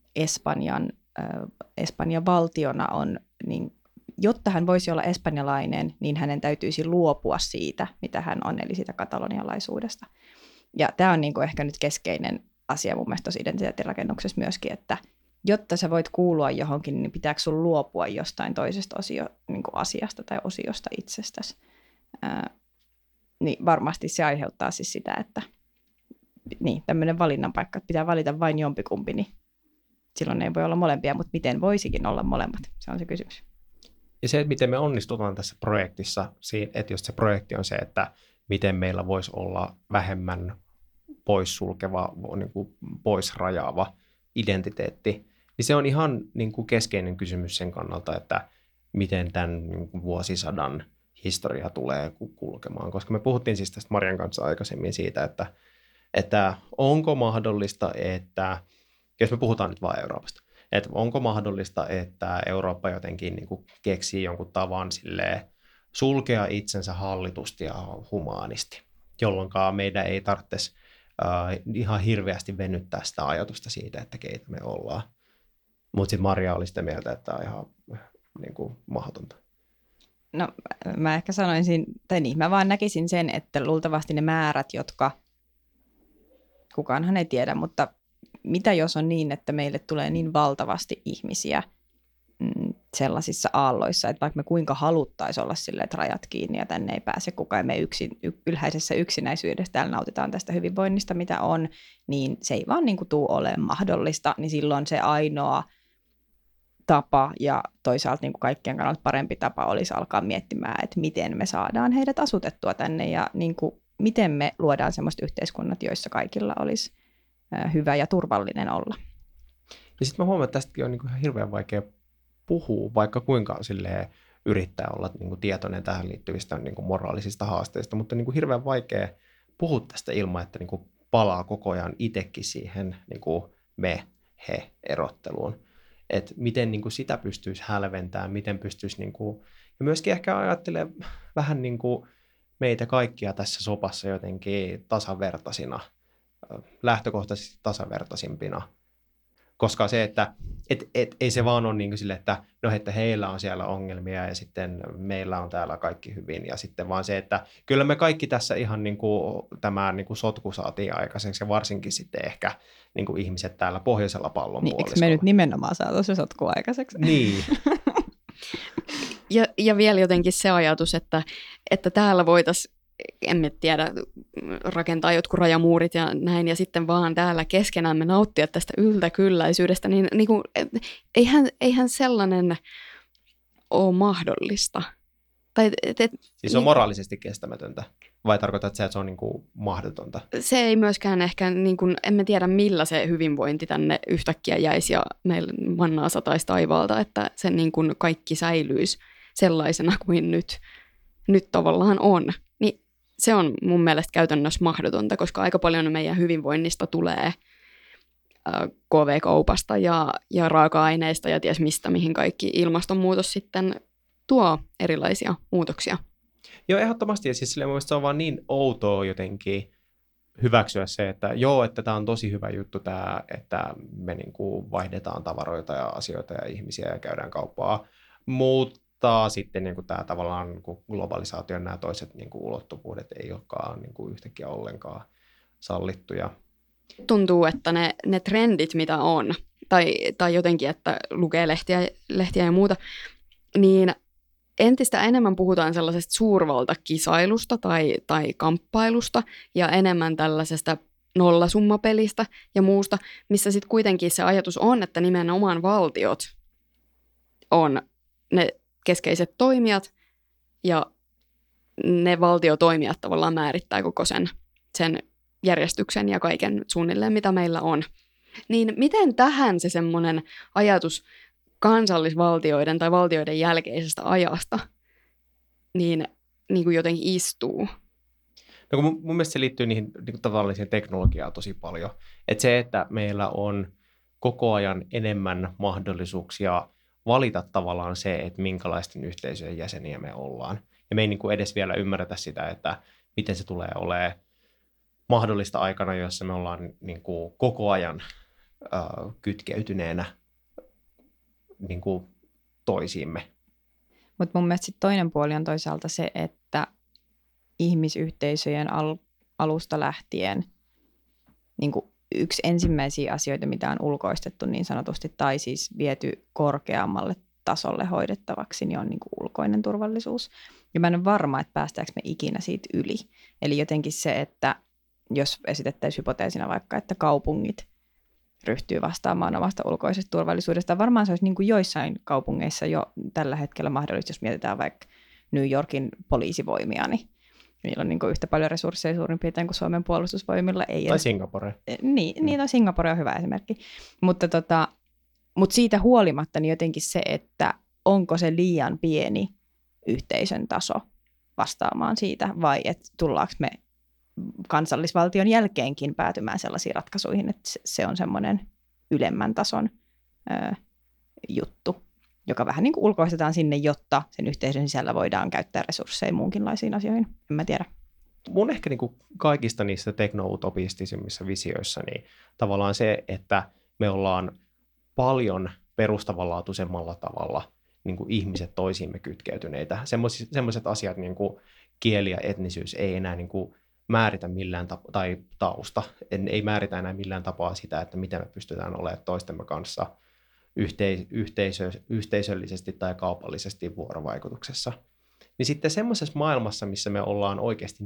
Espanjan valtiona on, niin jotta hän voisi olla espanjalainen, niin hänen täytyisi luopua siitä, mitä hän on, eli siitä katalonialaisuudesta. Ja tämä on niin kuin ehkä nyt keskeinen asia mun mielestä tuossa identiteettirakennuksessa myöskin, että jotta sä voit kuulua johonkin, niin pitääkö sun luopua jostain toisesta niin kuin asiasta tai osiosta itsestäsi. Niin varmasti se aiheuttaa siis sitä, että niin, tämmöinen valinnan paikka, että pitää valita vain jompikumpi, niin silloin ei voi olla molempia, mutta miten voisikin olla molemmat? Se on se kysymys. Ja se, että miten me onnistutaan tässä projektissa, että jos se projekti on se, että miten meillä voisi olla vähemmän poissulkeva, niin kuin poisrajaava identiteetti, niin se on ihan niin kuin keskeinen kysymys sen kannalta, että miten tämän niin kuin vuosisadan historia tulee kulkemaan. Koska me puhuttiin siis tästä Marian kanssa aikaisemmin siitä, että onko mahdollista, että jos me puhutaan nyt vain Euroopasta, että onko mahdollista, että Eurooppa jotenkin niin kuin keksii jonkun tavan silleen sulkea itsensä hallitusti ja humaanisti, jolloin meidän ei tarvitsisi ihan hirveästi venyttää sitä ajatusta siitä, että keitä me ollaan. Mutta sitten Maria oli sitä mieltä, että tämä on ihan niin kuin mahdotonta. No mä ehkä sanoisin, tai niin, mä vaan näkisin sen, että luultavasti ne määrät, jotka kukaanhan ei tiedä, mutta mitä jos on niin, että meille tulee niin valtavasti ihmisiä sellaisissa aalloissa, että vaikka me kuinka haluttaisiin olla silleen, että rajat kiinni ja tänne ei pääse kukaan, me ylhäisessä yksinäisyydessä täällä nautitaan tästä hyvinvoinnista, mitä on, niin se ei vaan niin kuin tule olemaan mahdollista, niin silloin se ainoa tapa ja toisaalta niin kuin kaikkien kannalta parempi tapa olisi alkaa miettimään, että miten me saadaan heidät asutettua tänne ja niin kuin, miten me luodaan semmoiset yhteiskunnat, joissa kaikilla olisi hyvä ja turvallinen olla. Ja sitten mä huomaan, että tästäkin on niin kuin hirveän vaikea puhua, vaikka kuinka silleen yrittää olla niin kuin tietoinen tähän liittyvistä niin kuin moraalisista haasteista, mutta niin kuin hirveän vaikea puhua tästä ilman, että niin kuin palaa koko ajan itsekin siihen niin kuin me-he-erotteluun. Että miten niin kuin sitä pystyisi hälventämään, miten pystyisi, niin kuin, ja myöskin ehkä ajattelee vähän niin kuin meitä kaikkia tässä sopassa jotenkin tasavertaisina, lähtökohtaisesti tasavertaisimpina. Koska se, että ei se vaan ole niin kuin sille, että no, että heillä on siellä ongelmia ja sitten meillä on täällä kaikki hyvin. Ja sitten vaan se, että kyllä me kaikki tässä ihan niin kuin tämä niin kuin sotku saatiin aikaiseksi ja varsinkin sitten ehkä niin kuin ihmiset täällä pohjoisella pallonpuoliskolla. Niin, eikö me nyt nimenomaan saatu se sotku aikaiseksi? Niin. ja vielä jotenkin se ajatus, että täällä voitaisiin, emme tiedä, rakentaa jotkut rajamuurit ja näin, ja sitten vaan täällä keskenään me nauttia tästä yltäkylläisyydestä, niin kuin, eihän sellainen ole mahdollista. Siis on moraalisesti kestämätöntä, vai tarkoitat se, että se on niin kuin mahdotonta? Se ei myöskään ehkä, niin kuin, emme tiedä millä se hyvinvointi tänne yhtäkkiä jäisi ja meillä mannaa sataisi taivaalta, että se niin kuin kaikki säilyisi sellaisena kuin nyt tavallaan on. Niin se on mun mielestä käytännössä mahdotonta, koska aika paljon meidän hyvinvoinnista tulee KV-kaupasta ja raaka-aineista ja ties mistä, mihin kaikki ilmastonmuutos sitten tuo erilaisia muutoksia. Joo, ehdottomasti. Ja siis silleen mun mielestä se on vaan niin outoa jotenkin hyväksyä se, että joo, että tämä on tosi hyvä juttu tämä, että me niin kuin vaihdetaan tavaroita ja asioita ja ihmisiä ja käydään kauppaa, mutta sitten niin kuin tämä tavallaan niin kuin globalisaation nämä toiset niin kuin ulottuvuudet ei olekaan niin kuin yhtäkkiä ollenkaan sallittuja. Tuntuu, että ne trendit, mitä on, tai jotenkin, että lukee lehtiä ja muuta, niin entistä enemmän puhutaan sellaisesta suurvaltakisailusta tai kamppailusta ja enemmän tällaisesta nollasummapelistä ja muusta, missä sitten kuitenkin se ajatus on, että nimenomaan valtiot on ne keskeiset toimijat ja ne valtiotoimijat tavallaan määrittää koko sen järjestyksen ja kaiken suunnilleen, mitä meillä on. Niin miten tähän se semmoinen ajatus kansallisvaltioiden tai valtioiden jälkeisestä ajasta niin kuin jotenkin istuu? No kun mun mielestä se liittyy niihin niin tavalliseen teknologiaan tosi paljon. Että se, että meillä on koko ajan enemmän mahdollisuuksia valita tavallaan se, että minkälaisten yhteisöjen jäseniä me ollaan. Ja me ei niin kuin edes vielä ymmärretä sitä, että miten se tulee olemaan mahdollista aikana, jossa me ollaan niin kuin koko ajan kytkeytyneenä niin kuin toisiimme. Mutta mun mielestä sit toinen puoli on toisaalta se, että ihmisyhteisöjen alusta lähtien niin kuin yksi ensimmäisiä asioita, mitä on ulkoistettu niin sanotusti tai siis viety korkeammalle tasolle hoidettavaksi, niin on niin kuin ulkoinen turvallisuus. Ja mä en ole varma, että päästäänkö me ikinä siitä yli. Eli jotenkin se, että jos esitettäisiin hypoteesina vaikka, että kaupungit ryhtyy vastaamaan omasta ulkoisesta turvallisuudesta. Varmaan se olisi niin kuin joissain kaupungeissa jo tällä hetkellä mahdollista, jos mietitään vaikka New Yorkin poliisivoimia, niin niillä on niin kuin yhtä paljon resursseja suurin piirtein kuin Suomen puolustusvoimilla. Tai Singapore. Niin Singapore on hyvä esimerkki. Mutta siitä huolimatta niin jotenkin se, että onko se liian pieni yhteisön taso vastaamaan siitä, vai että tullaanko me kansallisvaltion jälkeenkin päätymään sellaisiin ratkaisuihin, että se on semmoinen ylemmän tason juttu, joka vähän niin kuin ulkoistetaan sinne, jotta sen yhteisön sisällä voidaan käyttää resursseja muunkinlaisiin asioihin. En mä tiedä. Mun ehkä niin kuin kaikista niissä tekno-utopistisimmissa visioissa, niin tavallaan se, että me ollaan paljon perustavanlaatuisemmalla tavalla niin kuin ihmiset toisiimme kytkeytyneitä. Semmoiset asiat, niin kuin kieli ja etnisyys, ei enää niin kuin määritä millään tai tausta, ei määritä enää millään tapaa sitä, että miten me pystytään olemaan toistemme kanssa yhteisöllisesti tai kaupallisesti vuorovaikutuksessa. Niin sitten semmoisessa maailmassa, missä me ollaan oikeasti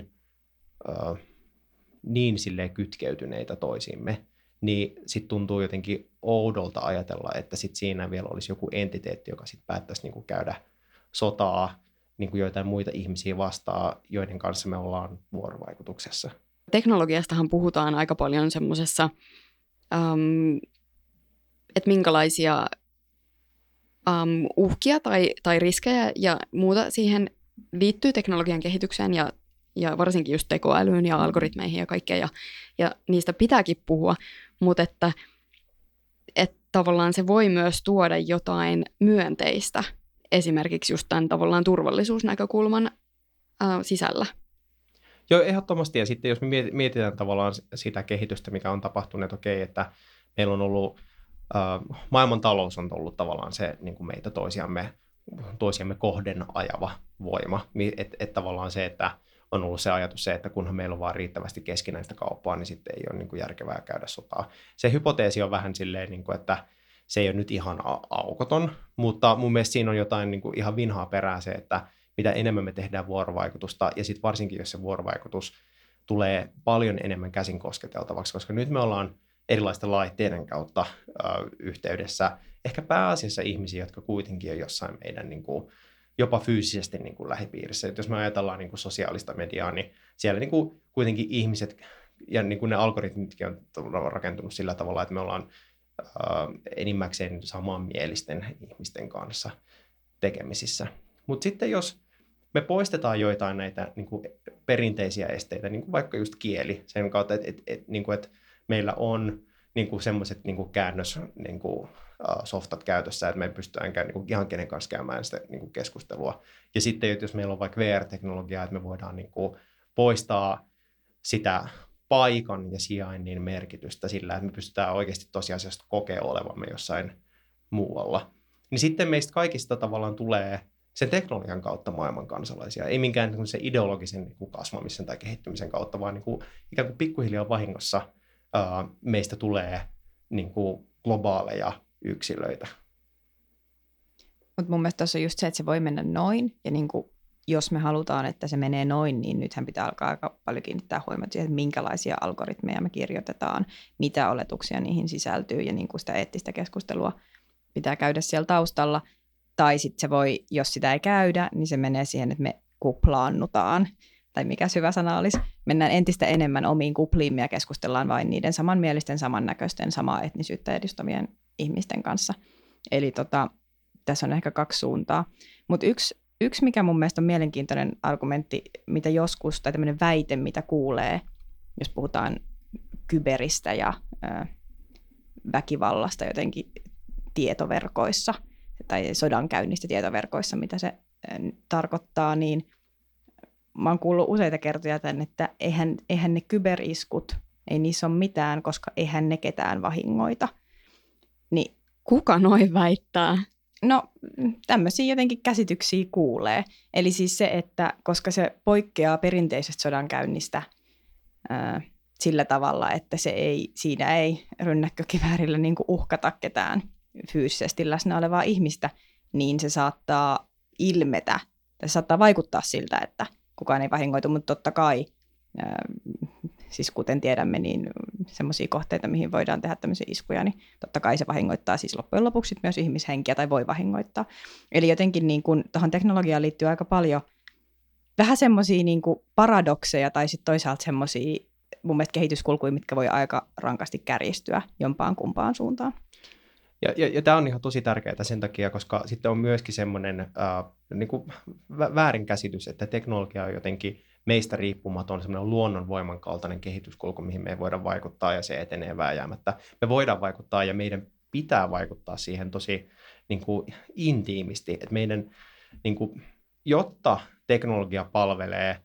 niin silleen kytkeytyneitä toisiimme, niin sitten tuntuu jotenkin oudolta ajatella, että sitten siinä vielä olisi joku entiteetti, joka sitten päättäisi niin kuin käydä sotaa niin kuin joitain muita ihmisiä vastaan, joiden kanssa me ollaan vuorovaikutuksessa. Teknologiastahan puhutaan aika paljon semmoisessa, että minkälaisia uhkia tai riskejä ja muuta siihen liittyy teknologian kehitykseen ja varsinkin just tekoälyyn ja algoritmeihin ja kaikkea, ja niistä pitääkin puhua, mutta että tavallaan se voi myös tuoda jotain myönteistä, esimerkiksi just tämän tavallaan turvallisuusnäkökulman sisällä. Joo, ehdottomasti, ja sitten jos me mietitään tavallaan sitä kehitystä, mikä on tapahtunut, että okei, että meillä on ollut, maailman talous on ollut tavallaan se niin kuin meitä toisiamme kohden ajava voima, että tavallaan se, että on ollut se ajatus se, että kunhan meillä on vaan riittävästi keskinäistä kauppaa, niin sitten ei ole niin kuin järkevää käydä sotaa. Se hypoteesi on vähän silleen, niin kuin, että se ei ole nyt ihan aukoton, mutta mun mielestä siinä on jotain niin kuin ihan vinhaa perää se, että mitä enemmän me tehdään vuorovaikutusta, ja sitten varsinkin, jos se vuorovaikutus tulee paljon enemmän käsin kosketeltavaksi, koska nyt me ollaan erilaisten laitteiden kautta yhteydessä, ehkä pääasiassa ihmisiä, jotka kuitenkin on jossain meidän niin kuin, jopa fyysisesti niin kuin lähipiirissä. Et jos me ajatellaan niin kuin sosiaalista mediaa, niin siellä niin kuin, kuitenkin ihmiset ja niin kuin ne algoritmitkin on rakentunut sillä tavalla, että me ollaan enimmäkseen samanmielisten ihmisten kanssa tekemisissä. Mutta sitten jos me poistetaan joitain näitä niin kuin perinteisiä esteitä, niin kuin vaikka just kieli, sen kautta, että meillä on niin semmoiset niin käännös niin kuin, softat käytössä, että me pystytään niin kuin, ihan kenen kanssa käymään sitä niin kuin keskustelua. Ja sitten, jos meillä on vaikka VR-teknologiaa, että me voidaan niin kuin, poistaa sitä paikan ja sijainnin merkitystä sillä, että me pystytään oikeasti tosiasiassa kokemaan olevamme jossain muualla. Niin sitten meistä kaikista tavallaan tulee sen teknologian kautta maailman kansalaisia. Ei minkään niin kuin se ideologisen niin kuin kasvamisen tai kehittymisen kautta, vaan niin kuin, ikään kuin pikkuhiljaa vahingossa meistä tulee niin kuin globaaleja yksilöitä. Mutta mun mielestä tuossa on just se, että se voi mennä noin, ja niin kuin, jos me halutaan, että se menee noin, niin nythän pitää alkaa aika paljon kiinnittää huomiota siihen, että minkälaisia algoritmeja me kirjoitetaan, mitä oletuksia niihin sisältyy, ja niin kuin sitä eettistä keskustelua pitää käydä siellä taustalla. Tai sitten se voi, jos sitä ei käydä, niin se menee siihen, että me kuplaannutaan, tai mikä hyvä sana olisi, mennään entistä enemmän omiin kupliimme ja keskustellaan vain niiden samanmielisten, samannäköisten, samaa etnisyyttä edustavien ihmisten kanssa. Eli tässä on ehkä kaksi suuntaa. Mutta yksi, mikä mun mielestä on mielenkiintoinen argumentti, mitä joskus, tai tämmöinen väite, mitä kuulee, jos puhutaan kyberistä ja väkivallasta jotenkin tietoverkoissa, tai sodankäynnistä tietoverkoissa, mitä se tarkoittaa, niin mä oon kuullut useita kertoja tämän, että eihän ne kyberiskut, ei niissä ole mitään, koska eihän ne ketään vahingoita. Niin, kuka noin väittää? No, tämmöisiä jotenkin käsityksiä kuulee. Eli siis se, että koska se poikkeaa perinteisestä sodankäynnistä sillä tavalla, että siinä ei rynnäkkökiväärillä niin kuin uhkata ketään fyysisesti läsnä olevaa ihmistä, niin se saattaa ilmetä, tai se saattaa vaikuttaa siltä, että kukaan ei vahingoitu, mutta totta kai siis kuten tiedämme, niin semmoisia kohteita, mihin voidaan tehdä tämmöisiä iskuja, niin totta kai se vahingoittaa siis loppujen lopuksi myös ihmishenkiä tai voi vahingoittaa. Eli jotenkin niin kuin tuohon teknologiaan liittyy aika paljon vähän semmoisia niin kuin paradokseja tai sitten toisaalta semmoisia mun mielestä kehityskulkuja, mitkä voi aika rankasti kärjistyä jompaan kumpaan suuntaan. Ja tämä on ihan tosi tärkeää sen takia, koska sitten on myöskin semmoinen niin kuin väärinkäsitys, että teknologia on jotenkin meistä riippumaton, semmoinen luonnonvoiman kaltainen kehityskulku, mihin me ei voida vaikuttaa ja se etenee vääjäämättä. Me voidaan vaikuttaa ja meidän pitää vaikuttaa siihen tosi niin kuin intiimisti, että meidän, niin kuin, jotta teknologia palvelee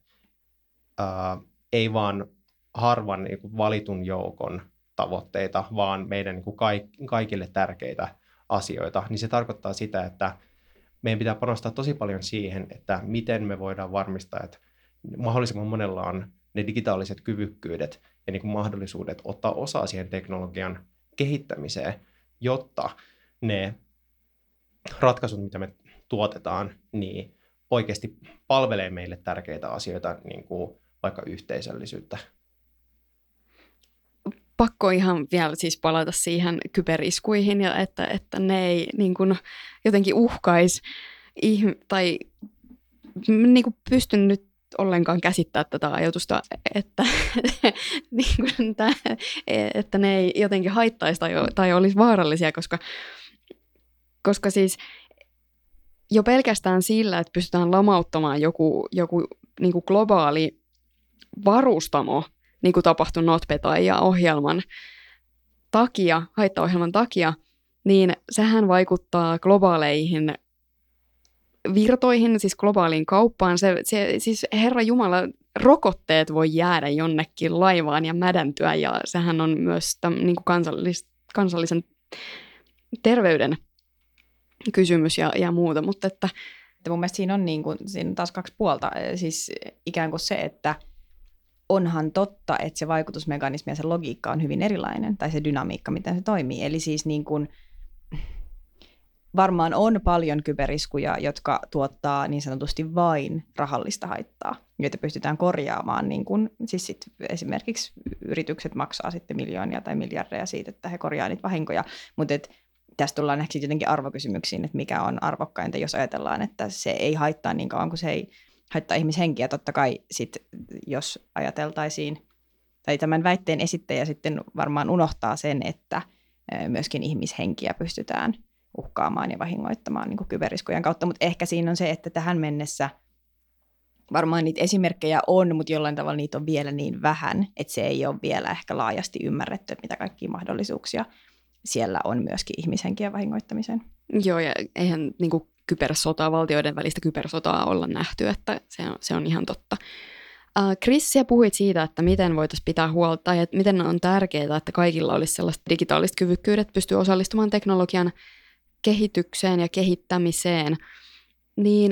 ei vaan harvan niin kuin valitun joukon tavoitteita, vaan meidän niin kuin kaikille tärkeitä asioita, niin se tarkoittaa sitä, että meidän pitää panostaa tosi paljon siihen, että miten me voidaan varmistaa, että mahdollisimman monella on ne digitaaliset kyvykkyydet ja niin kuin mahdollisuudet ottaa osaa siihen teknologian kehittämiseen, jotta ne ratkaisut, mitä me tuotetaan, niin oikeasti palvelee meille tärkeitä asioita, niin kuin vaikka yhteisöllisyyttä. Pakko ihan vielä siis palata siihen kyberiskuihin, ja että ne ei niin kuin jotenkin uhkaisi tai niin kuin pystyn nyt ollenkaan käsittää tätä ajatusta, että, niin kuin että ne ei jotenkin haittaisi tai olisi vaarallisia, koska siis jo pelkästään sillä, että pystytään lamauttamaan joku niin kuin globaali varustamo, niin kuin tapahtui NotPetya-ohjelman takia, haittaohjelman takia, niin sehän vaikuttaa globaaleihin virtoihin, siis globaaliin kauppaan. Siis Herra Jumala, rokotteet voi jäädä jonnekin laivaan ja mädäntyä, ja sehän on myös niin kuin kansallisen terveyden kysymys ja muuta, mutta että mun mielestä siinä on taas kaksi puolta, siis ikään kuin se, että onhan totta, että se vaikutusmekanismi ja se logiikka on hyvin erilainen, tai se dynamiikka, miten se toimii. Eli siis niin kuin, varmaan on paljon kyberiskuja, jotka tuottaa niin sanotusti vain rahallista haittaa, joita pystytään korjaamaan. Niin kuin, siis sit esimerkiksi yritykset maksaa sitten miljoonia tai miljardeja siitä, että he korjaa niitä vahinkoja, mutta tästä tullaan ehkä jotenkin arvokysymyksiin, että mikä on arvokkainta, jos ajatellaan, että se ei haittaa niin kauan kuin se ei haittaa ihmishenkiä. Totta kai sit, jos ajateltaisiin, tai tämän väitteen esittäjä sitten varmaan unohtaa sen, että myöskin ihmishenkiä pystytään uhkaamaan ja vahingoittamaan niin kuin kyberiskujen kautta, mutta ehkä siinä on se, että tähän mennessä varmaan niitä esimerkkejä on, mutta jollain tavalla niitä on vielä niin vähän, että se ei ole vielä ehkä laajasti ymmärretty, että mitä kaikkia mahdollisuuksia siellä on myöskin ihmishenkiä vahingoittamiseen. Joo, ja eihän niin kuin kybersotaa, valtioiden välistä kybersotaa olla nähty, että se on ihan totta. Chris, sä puhuit siitä, että miten voitaisiin pitää huolta ja että miten on tärkeää, että kaikilla olisi sellaiset digitaaliset kyvykkyydet, että pystyy osallistumaan teknologian kehitykseen ja kehittämiseen, niin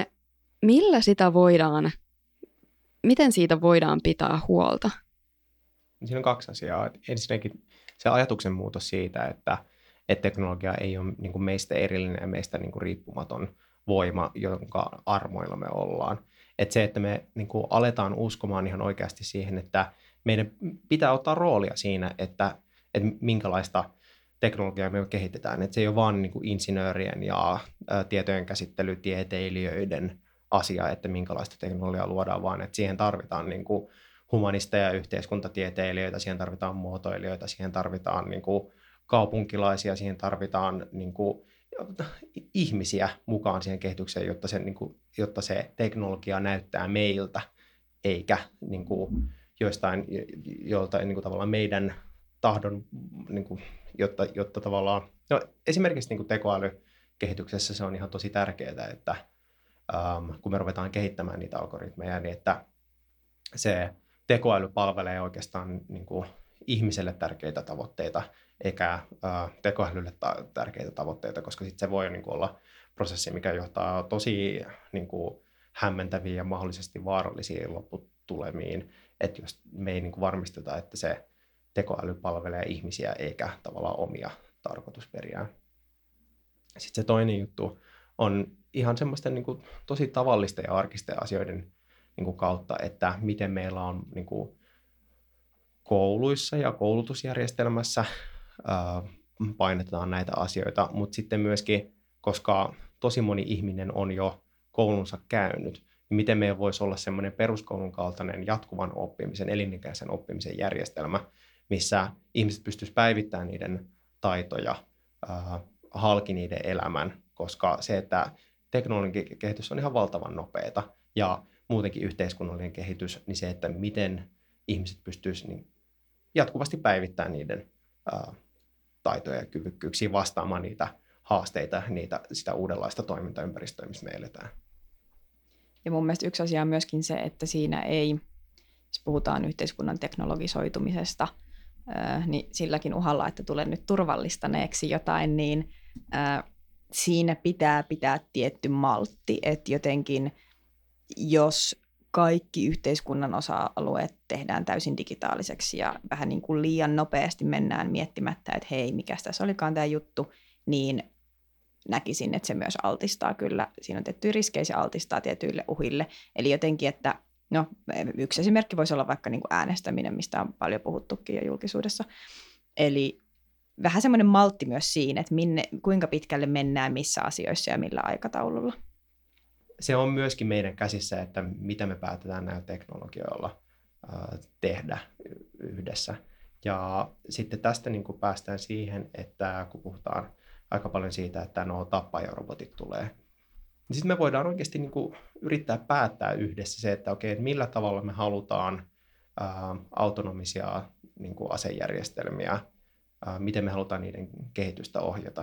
miten siitä voidaan pitää huolta? Siinä on kaksi asiaa. Ensinnäkin se ajatuksen muutos siitä, että teknologia ei ole niin kuin meistä erillinen ja meistä niin kuin riippumaton voima, jonka armoilla me ollaan. Että se, että me niin kuin aletaan uskomaan ihan oikeasti siihen, että meidän pitää ottaa roolia siinä, että minkälaista teknologiaa me kehitetään. Että se ei ole vaan niin kuin insinöörien ja tietojen käsittelytieteilijöiden asia, että minkälaista teknologiaa luodaan, vaan että siihen tarvitaan niin kuin humanisteja, yhteiskuntatieteilijöitä, siihen tarvitaan muotoilijoita, siihen tarvitaan niin kuin kaupunkilaisia, siihen tarvitaan niin kuin ihmisiä mukaan siihen kehitykseen, jotta se teknologia näyttää meiltä, eikä niin kuin joltain niin kuin tavallaan meidän tahdon, niin kuin, jotta tavallaan, no esimerkiksi niin kuin tekoälykehityksessä se on ihan tosi tärkeää, että kun me ruvetaan kehittämään niitä algoritmeja, niin että se tekoäly palvelee oikeastaan niin kuin ihmiselle tärkeitä tavoitteita, eikä tekoälylle tärkeitä tavoitteita, koska sitten se voi niin kuin olla prosessi, mikä johtaa tosi niin kuin hämmentäviin ja mahdollisesti vaarallisiin lopputulemiin, että jos me ei niin kuin varmisteta, että se tekoäly palvelee ihmisiä eikä tavallaan omia tarkoitusperiään. Sitten se toinen juttu on ihan semmoisten niin kuin tosi tavallisten ja arkisten asioiden niin kuin kautta, että miten meillä on niin kuin kouluissa ja koulutusjärjestelmässä painetaan näitä asioita, mutta sitten myöskin, koska tosi moni ihminen on jo koulunsa käynyt, niin miten meillä voisi olla semmoinen peruskoulun kaltainen jatkuvan oppimisen, elinikäisen oppimisen järjestelmä, missä ihmiset pystyisivät päivittämään niiden taitoja, halki niiden elämän, koska se, että teknologinen kehitys on ihan valtavan nopeata ja muutenkin yhteiskunnallinen kehitys, niin se, että miten ihmiset pystyisivät niin jatkuvasti päivittämään niiden taitoja ja kyvykkyyksiä vastaamaan niitä haasteita, sitä uudenlaista toimintaympäristöä, missä me eletään. Ja mun mielestä yksi asia on myöskin se, että siinä ei, jos puhutaan yhteiskunnan teknologisoitumisesta, niin silläkin uhalla, että tulee nyt turvallistaneeksi jotain, niin siinä pitää pitää tietty maltti, että jotenkin jos kaikki yhteiskunnan osa-alueet tehdään täysin digitaaliseksi ja vähän niin kuin liian nopeasti mennään miettimättä, että hei, mikä tässä olikaan tämä juttu, niin näkisin, että se myös altistaa kyllä. Siinä on tiettyjä riskejä, se altistaa tietyille uhille. Eli jotenkin, että no, yksi esimerkki voisi olla vaikka niin kuin äänestäminen, mistä on paljon puhuttukin jo julkisuudessa. Eli vähän semmoinen maltti myös siinä, että kuinka pitkälle mennään missä asioissa ja millä aikataululla. Se on myöskin meidän käsissä, että mitä me päätetään näillä teknologioilla tehdä yhdessä. Ja sitten tästä niin kuin päästään siihen, että kun puhutaan aika paljon siitä, että tappajarobotit tulee, niin sitten me voidaan oikeasti niin kuin yrittää päättää yhdessä se, että okei, millä tavalla me halutaan autonomisia niin kuin asejärjestelmiä, miten me halutaan niiden kehitystä ohjata.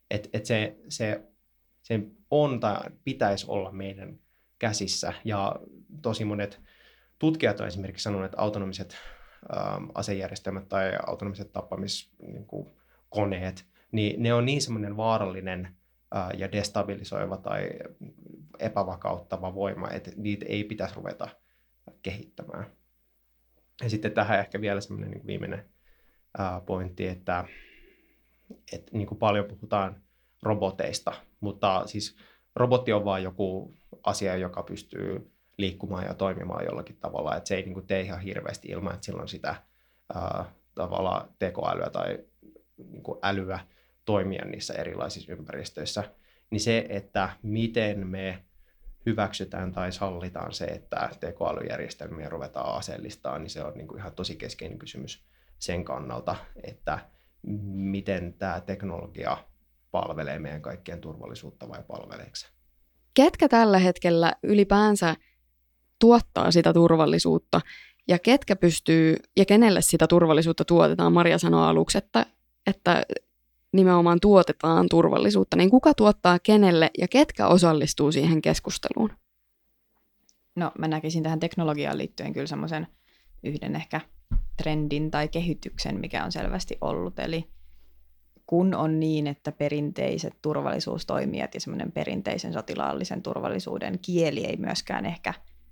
Se on tai pitäisi olla meidän käsissä. Ja tosi monet tutkijat on esimerkiksi sanonut, että autonomiset asejärjestelmät tai autonomiset tappamiskoneet, niin ne on niin semmoinen vaarallinen ja destabilisoiva tai epävakauttava voima, että niitä ei pitäisi ruveta kehittämään. Ja sitten tähän ehkä vielä semmoinen niin viimeinen pointti, että niin kuin paljon puhutaan roboteista, mutta siis robotti on vain joku asia, joka pystyy liikkumaan ja toimimaan jollakin tavalla, että se ei niin kuin tee ihan hirveästi ilman, että sillä on sitä tavallaan tekoälyä tai niin kuin älyä toimia niissä erilaisissa ympäristöissä, niin se, että miten me hyväksytään tai sallitaan se, että tekoälyjärjestelmiä ruvetaan aseellistamaan, niin se on niin kuin ihan tosi keskeinen kysymys sen kannalta, että miten tämä teknologia palvelee meidän kaikkien turvallisuutta vai palveleeko se? Ketkä tällä hetkellä ylipäänsä tuottaa sitä turvallisuutta ja ketkä pystyy ja kenelle sitä turvallisuutta tuotetaan? Maria sanoi aluksi, että nimenomaan tuotetaan turvallisuutta, niin kuka tuottaa kenelle ja ketkä osallistuu siihen keskusteluun? No mä näkisin tähän teknologiaan liittyen kyllä semmoisen yhden ehkä trendin tai kehityksen, mikä on selvästi ollut. Eli kun on niin, että perinteiset turvallisuustoimijat ja semmoinen perinteisen sotilaallisen turvallisuuden kieli ei myöskään ehkä,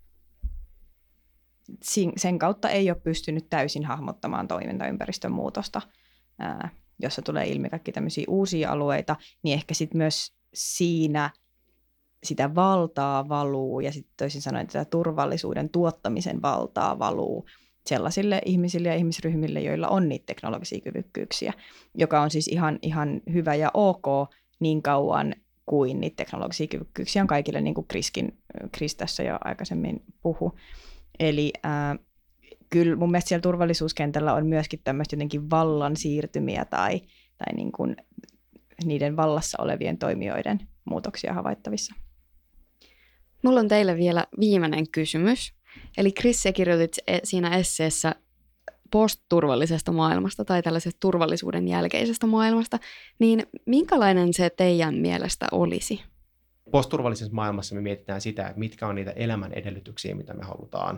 sen kautta ei ole pystynyt täysin hahmottamaan toimintaympäristön muutosta, jossa tulee ilmi kaikki tämmöisiä uusia alueita, niin ehkä sitten myös siinä sitä valtaa valuu ja sitten toisin sanoen tätä turvallisuuden tuottamisen valtaa valuu sellaisille ihmisille ja ihmisryhmille, joilla on niitä teknologisia kyvykkyyksiä, joka on siis ihan hyvä ja ok niin kauan kuin niitä teknologisia kyvykkyyksiä on kaikille, niin kuin Chris tässä jo aikaisemmin puhui. Eli kyllä mun mielestä siellä turvallisuuskentällä on myöskin tämmöistä jotenkin vallan siirtymiä tai niin kuin niiden vallassa olevien toimijoiden muutoksia havaittavissa. Mulla on teille vielä viimeinen kysymys. Eli Chris, sä kirjoitit siinä esseessä post-turvallisesta maailmasta tai tällaisesta turvallisuuden jälkeisestä maailmasta, niin minkälainen se teidän mielestä olisi? Post-turvallisessa maailmassa me mietitään sitä, että mitkä on niitä elämän edellytyksiä, mitä me halutaan,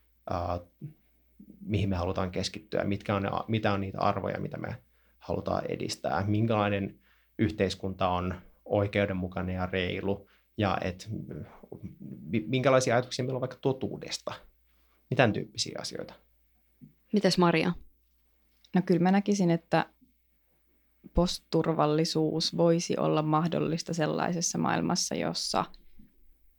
mihin me halutaan keskittyä, mitä on niitä arvoja, mitä me halutaan edistää, minkälainen yhteiskunta on oikeudenmukainen ja reilu, ja minkälaisia ajatuksia meillä on vaikka totuudesta, mitä tyyppisiä asioita. Mites Maria? No kyllä mä näkisin, että postturvallisuus voisi olla mahdollista sellaisessa maailmassa, jossa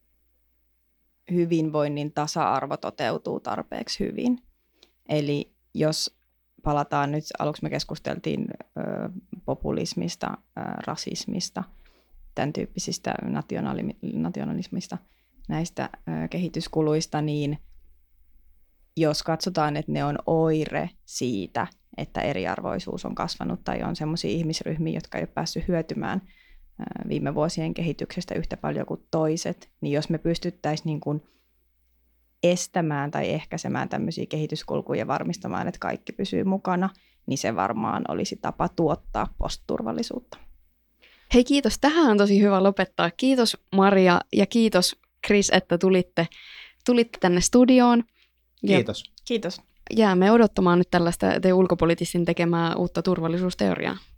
hyvinvoinnin tasa-arvo toteutuu tarpeeksi hyvin. Eli jos palataan nyt, aluksi me keskusteltiin populismista, rasismista, tämän tyyppisistä nationalismista, näistä kehityskuluista, niin jos katsotaan, että ne on oire siitä, että eriarvoisuus on kasvanut tai on sellaisia ihmisryhmiä, jotka ei ole päässyt hyötymään viime vuosien kehityksestä yhtä paljon kuin toiset, niin jos me pystyttäisiin niin kuin estämään tai ehkäisemään tämmöisiä kehityskulkuja ja varmistamaan, että kaikki pysyy mukana, niin se varmaan olisi tapa tuottaa postturvallisuutta. Hei, kiitos. Tähän on tosi hyvä lopettaa. Kiitos Maria ja kiitos Chris, että tulitte tänne studioon. Kiitos. Kiitos. Jäämme odottamaan nyt tällaista ulkopoliittisten tekemää uutta turvallisuusteoriaa.